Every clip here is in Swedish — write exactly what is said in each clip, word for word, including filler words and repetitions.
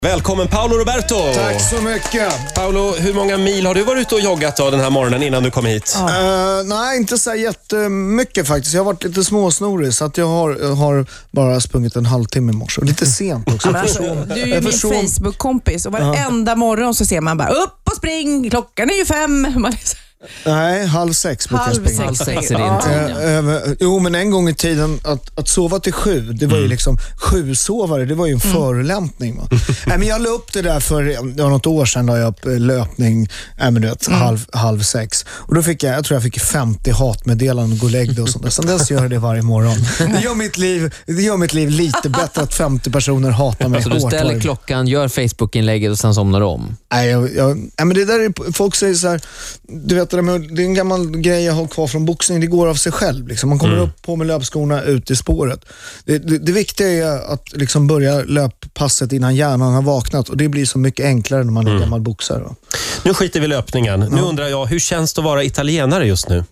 Välkommen Paolo Roberto. Tack så mycket. Paolo, hur många mil har du varit ute och joggat då den här morgonen innan du kom hit? Uh, nej, inte så jättemycket faktiskt. Jag har varit lite småsnorig så att jag har, har bara sprungit en halvtimme i morse. Och lite sent också. Ja, alltså, du är ju min förstår... Facebook-kompis och varenda ja. morgon så ser man bara upp och spring, klockan är ju fem. Man är så... Nej, halv sex brukar jag springa. Halv sex är det inte. Ja. Äh, äh, jo, men en gång i tiden att, att sova till sju, det var ju liksom sju sovare, det var ju en mm. förolämpning. Va? Nej, men jag la upp det där för det var något år sedan, la jag upp löpning äh, men vet, mm. halv, halv sex. Och då fick jag, jag tror jag fick femtio hatmeddelanden och gå och lägg det och sånt där. Sen dess gör jag det varje morgon. Det gör mitt liv, det gör mitt liv lite bättre att femtio personer hatar mig. Så du ställer hårt. klockan, gör Facebook-inlägget och sen somnar om? Nej, jag, jag, nej men det där är, folk säger så här, du vet, det är en gammal grej jag har kvar från boxning. Det går av sig själv. Liksom. Man kommer mm. upp på med löpskorna ut i spåret. Det, det, det viktiga är att liksom börja löppasset innan hjärnan har vaknat. Och det blir så mycket enklare när man är mm. gammal boxare. Va? Nu skiter vi i löpningen. Ja. Nu undrar jag, hur känns det att vara italienare just nu?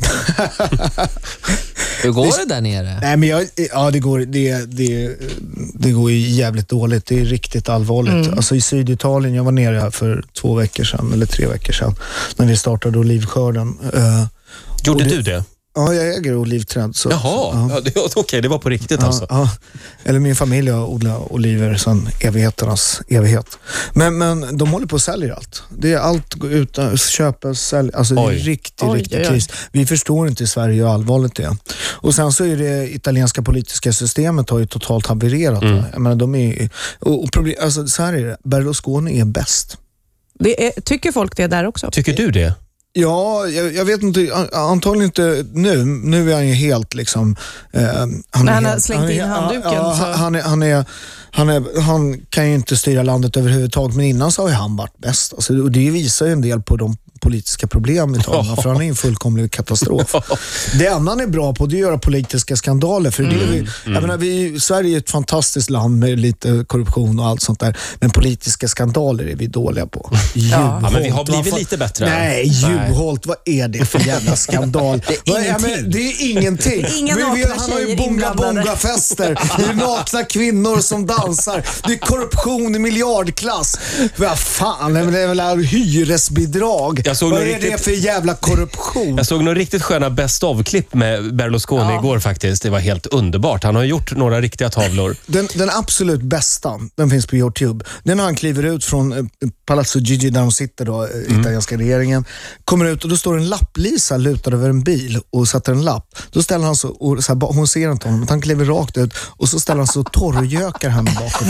Hur går det där nere? Nej, men jag, ja, det går, det, det, det går jävligt dåligt. Det är riktigt allvarligt. Mm. Alltså i Syditalien, jag var nere här för två veckor sedan, eller tre veckor sedan, när vi startade olivskörden. Uh, Gjorde det, du det? Ja, jag äger olivträd. Så, Jaha, så, ja. ja, okej, okay, det var på riktigt ja, alltså. Ja. Eller min familj har odlat oliver sedan evigheternas evighet. Men, men de håller på att sälja allt. Det är allt utan köpa, sälja. Alltså det är riktigt, Oj, riktigt ja, ja. kris. Vi förstår inte i Sverige hur allvarligt det är. Och sen så är det italienska politiska systemet har ju totalt havererat. Mm. Jag menar, de är, och, och problem, alltså, så här är det. Berlusconi är bäst. Det är, tycker folk det där också? Tycker du det? Ja, jag, jag vet inte, antagligen inte nu. Nu är han ju helt liksom... Eh, han, När han är, har slängt han, in handduken. Ja, så. han, är, han, är, han, är, han kan ju inte styra landet överhuvudtaget, men innan så har ju han varit bäst. Alltså, och det visar ju en del på de politiska problem i Italien, för han är en fullkomlig katastrof. Det enda han är bra på, det är att göra politiska skandaler. För mm, det är vi, mm. jag menar, vi, Sverige är ett fantastiskt land med lite korruption och allt sånt där, men politiska skandaler är vi dåliga på. Ja, ja men vi har blivit lite bättre. Nej, Juholt, vad är det för jävla skandal? Det är ingenting. Ja, det är ingenting. Inga vi, vi, nakna han har ju tjejer bonga-bonga-fester. Det är nakna kvinnor som dansar. Det är korruption i miljardklass. Vad fan, det är väl hyresbidrag. Vad är riktigt, det för jävla korruption? Jag såg några riktigt sköna best of-klipp med Berlusconi ja. igår faktiskt. Det var helt underbart. Han har gjort några riktiga tavlor. Den, den absolut bästa, den finns på YouTube. Den när han kliver ut från Palazzo Gigi där de sitter då, mm. italienska regeringen. Kommer ut och då står en lapplisa lutad över en bil och sätter en lapp. Då ställer han så, och så här, hon ser inte honom, han kliver rakt ut och så ställer han så torrgökar henne bakom.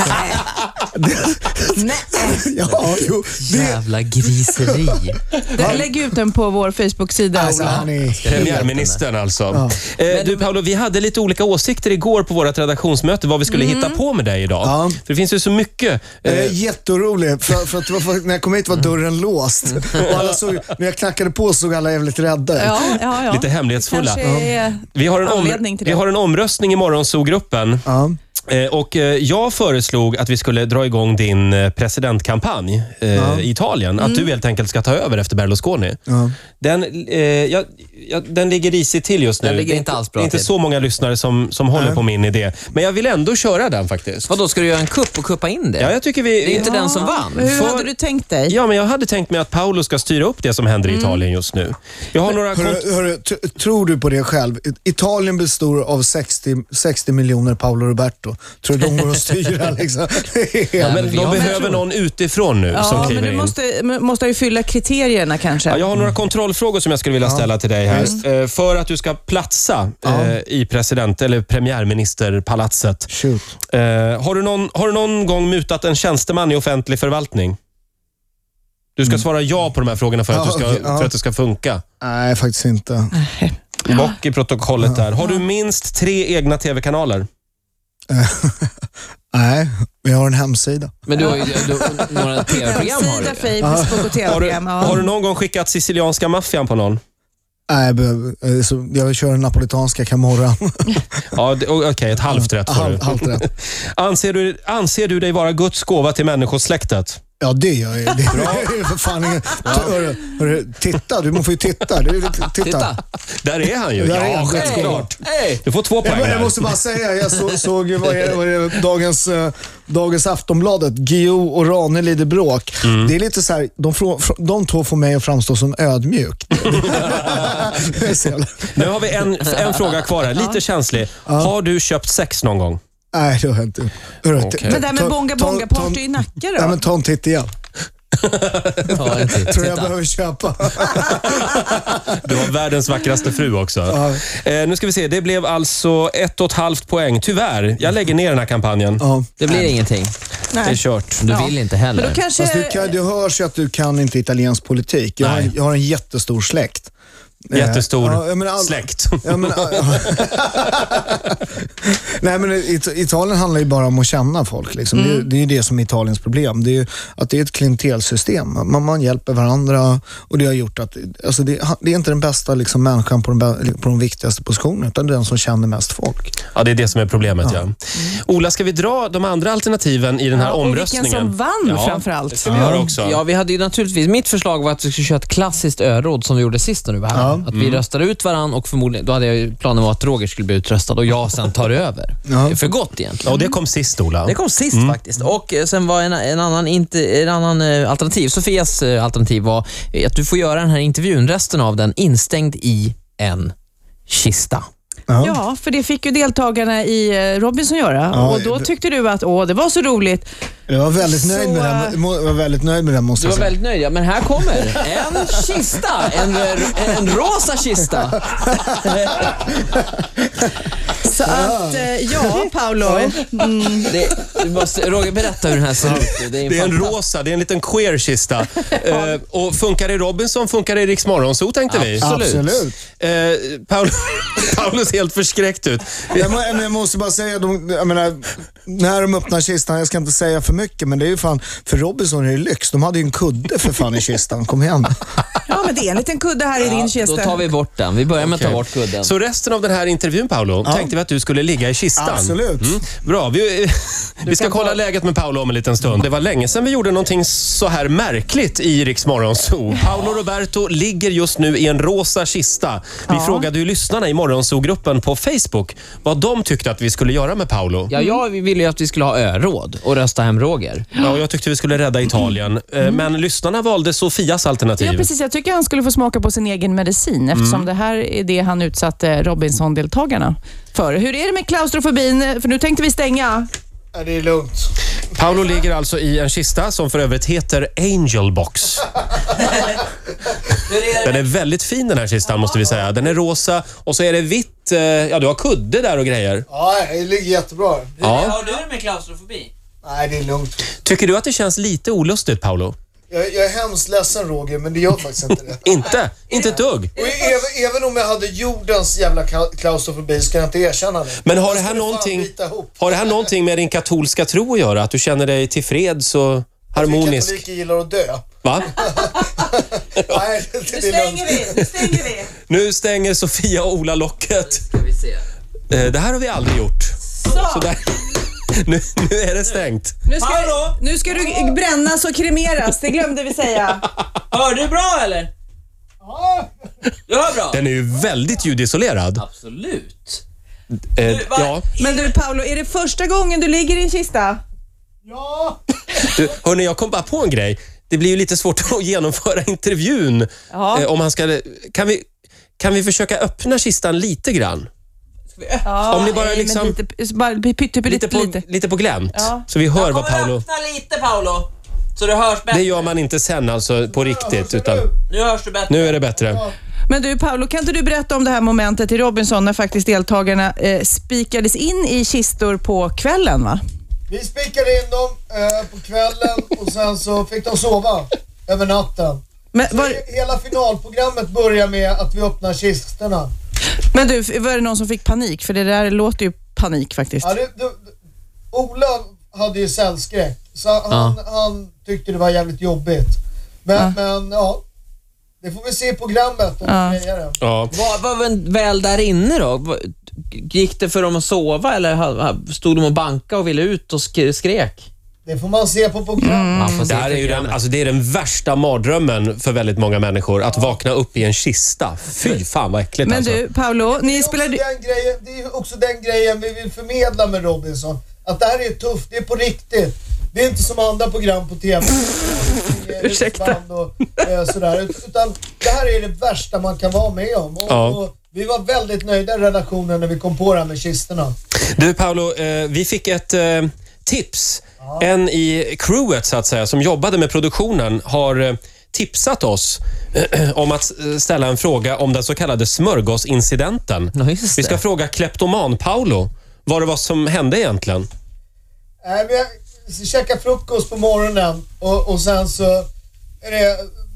Nej. Nej. Ja, jo, det... Jävla griseri. Lägg ut den på vår Facebook-sida. Alltså, han är... Premiärministern alltså. Ja. Eh, du Paolo, vi hade lite olika åsikter igår på vårt redaktionsmöte vad vi skulle mm. hitta på med dig idag. Ja. För det finns ju så mycket. Eh... Jag är jätteorolig för, för att det var, när jag kom hit var dörren låst. Och alla såg, när jag knackade på såg alla jävligt rädda. Ja, ja, ja. Lite hemlighetsfulla. Ja. Vi har en, om, vi har en omröstning i morgonsogruppen. Ja. Och jag föreslog att vi skulle dra igång din presidentkampanj eh, ja. i Italien. Att mm. du helt enkelt ska ta över efter Berlusconi. Ja. Den, eh, ja, ja, den ligger risigt till just nu. Den ligger inte alls bra Det är inte till. så många lyssnare som, som håller Nej. på min idé. Men jag vill ändå köra den faktiskt. Vad då ska du göra en kupp och kuppa in det? Ja, jag tycker vi... Det är inte ja. den som vann. Hur För... hade du tänkt dig? Ja, men jag hade tänkt mig att Paolo ska styra upp det som händer mm. i Italien just nu. Jag har några hörru, kont- hörru, t- tror du på det själv? Italien består av sextio, sextio miljoner Paolo Roberto. Tror du de går att styra liksom? Ja, men de behöver någon utifrån nu ja, som kliver men du in. Måste, måste ju fylla kriterierna kanske. Ja, jag har några kontrollfrågor som jag skulle vilja ja. ställa till dig här. Mm. För att du ska platsa ja. eh, i president- eller premiärministerpalatset. Shoot. Eh, har, du någon, har du någon gång mutat en tjänsteman i offentlig förvaltning? Du ska mm. svara ja på de här frågorna för, ja, att, du ska, okay, ja. för att det ska funka. Nej, faktiskt inte. Bock i protokollet där. Har du minst tre egna tv-kanaler? Nej, vi har en hemsida. Men du har ju du, några tv-program har du. Facebook och tv-program. Har du, har du någon gång skickat sicilianska maffian på någon? Nej, jag kör en napolitanska Camorra. Ja, okej, okay, ett halvt rätt. Halv, halvt rätt. Anser du, anser du dig vara Guds gåva till människosläktet? Ja, det gör jag. Det är för fan ingen... Hörru, hörru, titta, du måste ju titta. Du, titta. Titta. Där är han ju. Där är Ja, han. självklart. Hey. Du får två poäng. Jag, jag måste bara säga, jag så, såg vad är, vad är, dagens, uh, dagens Aftonbladet, Gio och Rane lider bråk. Mm. Det är lite så här, de, de två får mig att framstå som ödmjuk. Nu har vi en, en fråga kvar här, lite känslig. Ja. Har du köpt sex någon gång? Nej, det har jag inte. Okay. Men det här med bonga-bonga-party i Nacka då? Ja, men ta en titt igen. Ta en titt. Tror jag behöver köpa. Du har världens vackraste fru också. Ja. Eh, nu ska vi se, det blev alltså ett och ett halvt poäng. Tyvärr, jag lägger ner den här kampanjen. Ja. Det blir Nej. ingenting. Nej. Det är kört. Du vill ja. inte heller. Men då kanske... Fast du, kan, du hörs ju att du kan inte italiensk politik. Jag har, jag har en jättestor släkt. Jättestor ja, men all... släkt. Ja, men, ja. Nej, men Italien handlar ju bara om att känna folk. Liksom. Mm. Det, det är ju det som är Italiens problem. Det är ju att det är ett klientelsystem. Man, man hjälper varandra och det har gjort att alltså det, det är inte den bästa liksom, människan på de, på de viktigaste positionerna utan det är den som känner mest folk. Ja, det är det som är problemet. Ja. Ja. Mm. Ola, ska vi dra de andra alternativen i den här ja, och omröstningen? Vilken som vann ja, framförallt. Det ska vi ja. göra också. Ja, vi hade ju naturligtvis, mitt förslag var att vi skulle köra ett klassiskt öråd som vi gjorde sist när du var här. Ja. Att vi mm. röstar ut varann och förmodligen, då hade jag ju planen var att Roger skulle bli utröstad och jag sen tar över. Ja. För gott egentligen. Ja, och det kom sist, Ola. Det kom sist mm. faktiskt. Och sen var en, en annan, inte, en annan uh, alternativ, Sofias uh, alternativ var att du får göra den här intervjun, resten av den, instängd i en kista. Ja. ja, för det fick ju deltagarna i Robinson göra. Ja, och då tyckte du att åh, det var så roligt. Jag var väldigt nöjd så, med den. Jag var väldigt nöjd med den, måste jag säga. Du var väldigt nöjd, ja. Men här kommer en kista. En, en rosa kista. Så att, ja, Paolo. Mm. Det, du måste, Roger, berätta hur den här ser ut. Det är en, det är en rosa, det är en liten queer-kista. uh, och funkar det i Robinson, funkar det i Rix Morgonzoo, tänkte vi. Absolut. Absolut. Uh, Paolo, Paolo ser helt förskräckt ut. Jag, må, jag måste bara säga, de, jag menar, när de öppnar kistan, jag ska inte säga för mycket, men det är ju fan, för Robinson är det lyx. De hade ju en kudde för fan i kistan. Kom igen. Ja, men det är en liten kudde här i din ja, kista. Då tar vi bort den. Vi börjar med okay. att ta bort kudden. Så resten av den här intervjun, Paolo, ja. tänkte vi att du skulle ligga i kistan. Absolut. Mm. Bra, vi, vi ska kolla ta... läget med Paolo om en liten stund. Det var länge sedan vi gjorde någonting så här märkligt i Rix Morgonzoo. Paolo Roberto ligger just nu i en rosa kista. Vi ja. frågade ju lyssnarna i Morgonzoo-gruppen på Facebook vad de tyckte att vi skulle göra med Paolo. Ja, jag ville ju att vi skulle ha öråd och rösta hem Roger. Ja, och jag tyckte vi skulle rädda Italien. Mm. Men lyssnarna valde Sofias alternativ. Ja, precis. Jag tycker han skulle få smaka på sin egen medicin eftersom mm. det här är det han utsatte Robinson-deltagarna för. Hur är det med klaustrofobin? För nu tänkte vi stänga. Ja, det är lugnt. Paolo ligger alltså i en kista som för övrigt heter Angel Box. Den är väldigt fin, den här kistan, måste vi säga. Den är rosa och så är det vitt. Ja, du har kudde där och grejer. Ja, det ligger jättebra. Ja. Har du det med klaustrofobi? Nej, det är lugnt. Tycker du att det känns lite olustigt, Paolo? Jag, jag är hemskt ledsen, Roger, men det gör faktiskt inte det. Inte? Inte ett dugg? Och även, även om jag hade jordens jävla klaustrofobi ska jag inte erkänna det. Men har det, här någonting, har det här någonting med din katolska tro att göra? Att du känner dig tillfreds och harmonisk? Jag katoliker gillar att dö. Va? Nej, det, det nu stänger vi, nu stänger vi. Nu stänger Sofia och Ola locket. Ska vi se. Det här har vi aldrig gjort. Så. Så där. Nu, nu är det stängt. Nu ska, nu ska du brännas och kremeras. Det glömde vi säga. Hör du bra eller? Ja. Du hör bra. Den är ju väldigt ljudisolerad. Absolut. Eh, du, ja. Men du, Paolo, är det första gången du ligger i en kista? Ja. Du, hörni, jag kom bara på en grej. Det blir ju lite svårt att genomföra intervjun. Ja. Eh, om han ska, kan, vi, kan vi försöka öppna kistan lite grann? Ja, om ni bara liksom lite, bara pytte, pytte, lite, på, lite. lite på glänt ja. Så vi hör vad Paolo öppna lite, Paolo, så det hörs bättre. Det gör man inte sen alltså på riktigt utan nu hörs du bättre. Nu är det bättre. Men du, Paolo, kan inte du berätta om det här momentet i Robinson när faktiskt deltagarna eh, spikades in i kistor på kvällen, va? Vi spikade in dem eh, på kvällen och sen så fick de sova över natten. Men var... Hela finalprogrammet börjar med att vi öppnar kistorna. Men du, var det någon som fick panik? För det där låter ju panik faktiskt. Ja, det, det, Ola hade ju cellskräck. Så han, ja. han tyckte det var jävligt jobbigt. Men ja, men, ja det får vi se i programmet. Ja. Ja. Var, var väl där inne då? Gick det för dem att sova eller stod de och banka och ville ut och skrek? Det får man se på programmet. Mm. Det, här är ju den, alltså det är den värsta mardrömmen för väldigt många människor. Att vakna upp i en kista. Fy fan vad äckligt. Men alltså. du, Paolo, ni det, är spelar... den grejen, det är också den grejen vi vill förmedla med Robinson. Att det här är tufft, det är på riktigt. Det är inte som andra program på T V. Ursäkta. Och, eh, sådär. Utan det här är det värsta man kan vara med om. Och, Ja. och vi var väldigt nöjda i redaktionen när vi kom på det här med kistorna. Du Paolo, eh, vi fick ett eh, tips. Ja. En i crewet så att säga som jobbade med produktionen har eh, tipsat oss eh, om att ställa en fråga om den så kallade smörgåsincidenten. Ja, just det. Vi ska fråga kleptoman Paolo vad det var som hände egentligen. Äh, vi käkar frukost på morgonen och, och sen så är det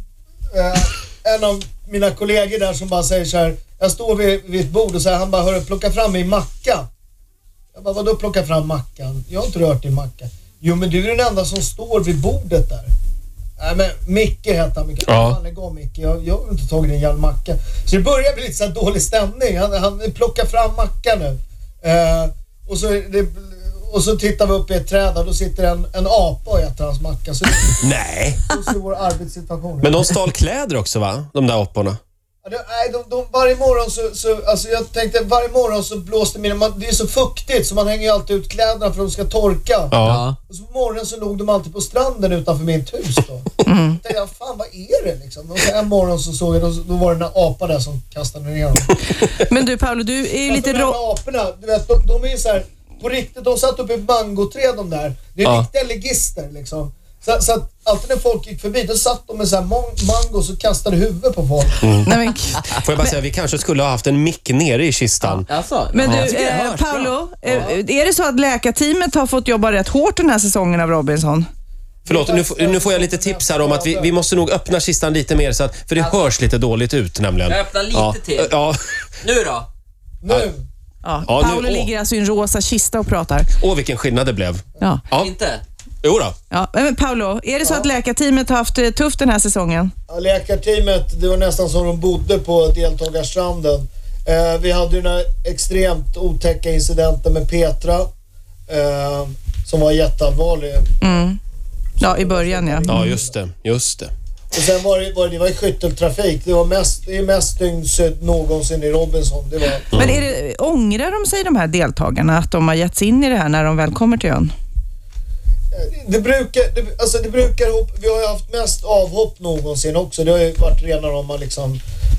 eh, en av mina kollegor där som bara säger så här. Jag står vid, vid ett bord och så här, han bara, hör plocka fram min macka. Jag bara, vadå plocka fram mackan? Jag har inte rört din macka. Jo, men du är den enda som står vid bordet där. Nej, men Micke heter han. Micke. Ja. Han är gav Micke. Jag, jag har inte tagit din jävla macka. Så det börjar bli lite så här dålig stämning. Han, han plockar fram mackan nu. Eh, och, så det, och så tittar vi upp i ett träd och då sitter en, en apa och äter hans macka. Så Nej. så ser vår arbetssituation. Men de stal kläder också va? De där aporna. Ja, det, nej, de, de, varje morgon så, så, alltså jag tänkte varje morgon så blåste mina, man, det är så fuktigt så man hänger ju alltid ut kläderna för att de ska torka. Ja. Och så på morgonen så låg de alltid på stranden utanför mitt hus då. Mm. Jag tänkte jag, fan vad är det liksom? Och så en morgon så såg jag, då, då var det den där apa där som kastade ner dem. Men du Paolo, du är ju alltså, lite de rå... här aporna, du vet, de, de är ju så här, på riktigt, de satt uppe i mangoträd de där. Det är Ja. riktiga legister liksom. Så, så att alltid när folk gick förbi, då satt de med så här mangos och kastade huvudet på folk. Mm. Nej, men... Får jag bara säga, vi kanske skulle ha haft en mick nere i kistan. Alltså, Men ja. du, eh, Paolo, eh, är det så att läkarteamet har fått jobba rätt hårt den här säsongen av Robinson? Förlåt, nu, får- nu får jag lite tips här om att vi, vi måste nog öppna kistan lite mer så att, för det hörs lite dåligt ut nämligen. Jag öppnar lite ja. till. Ja. Nu då? Nu. Ja, Ja, nu- Paolo åh. ligger alltså i en rosa kista och pratar. Åh, vilken skillnad det blev. Ja. Ja. Inte? Jo då. Ja, men Paolo, är det så att läkarteamet har haft det tufft den här säsongen? Ja, läkarteamet, det var nästan som de bodde på deltagarstranden. Eh, vi hade ju den här extremt otäcka incidenten med Petra eh, som var jätteallvarlig. Mm. Ja, i början ja. Ja, just det. Just det. Och sen var det, var det, det var i skytteltrafik. Det var mest, det är mest dygnsött någonsin i Robinson. Det var... Men är det, ångrar de sig de här deltagarna att de har gett sig in i det här när de väl kommer till ön? Det brukar, det, alltså det brukar, vi har ju haft mest avhopp någonsin också. Det har ju varit rena om man liksom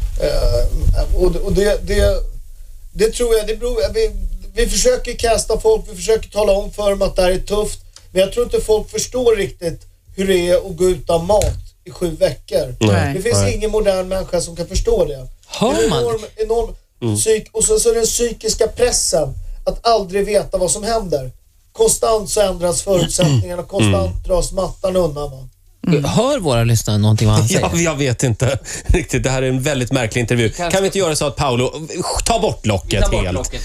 eh, och, och det, det det tror jag, det beror, vi, vi försöker kasta folk, vi försöker tala om för dem att det här är tufft, men jag tror inte folk förstår riktigt hur det är att gå utan mat i sju veckor. Nej. Det finns Nej. ingen modern människa som kan förstå det. Hör Det är man? enorm, enorm Mm. psyk, och så, så är den psykiska pressen att aldrig veta vad som händer. Konstant så ändras förutsättningarna, konstant dras mattan undan. Va? Hör våra lyssnare någonting vad han säger? Ja, jag vet inte riktigt. Det här är en väldigt märklig intervju. Kanske- Kan vi inte göra så att Paolo, ta bort locket Ta bort helt? locket.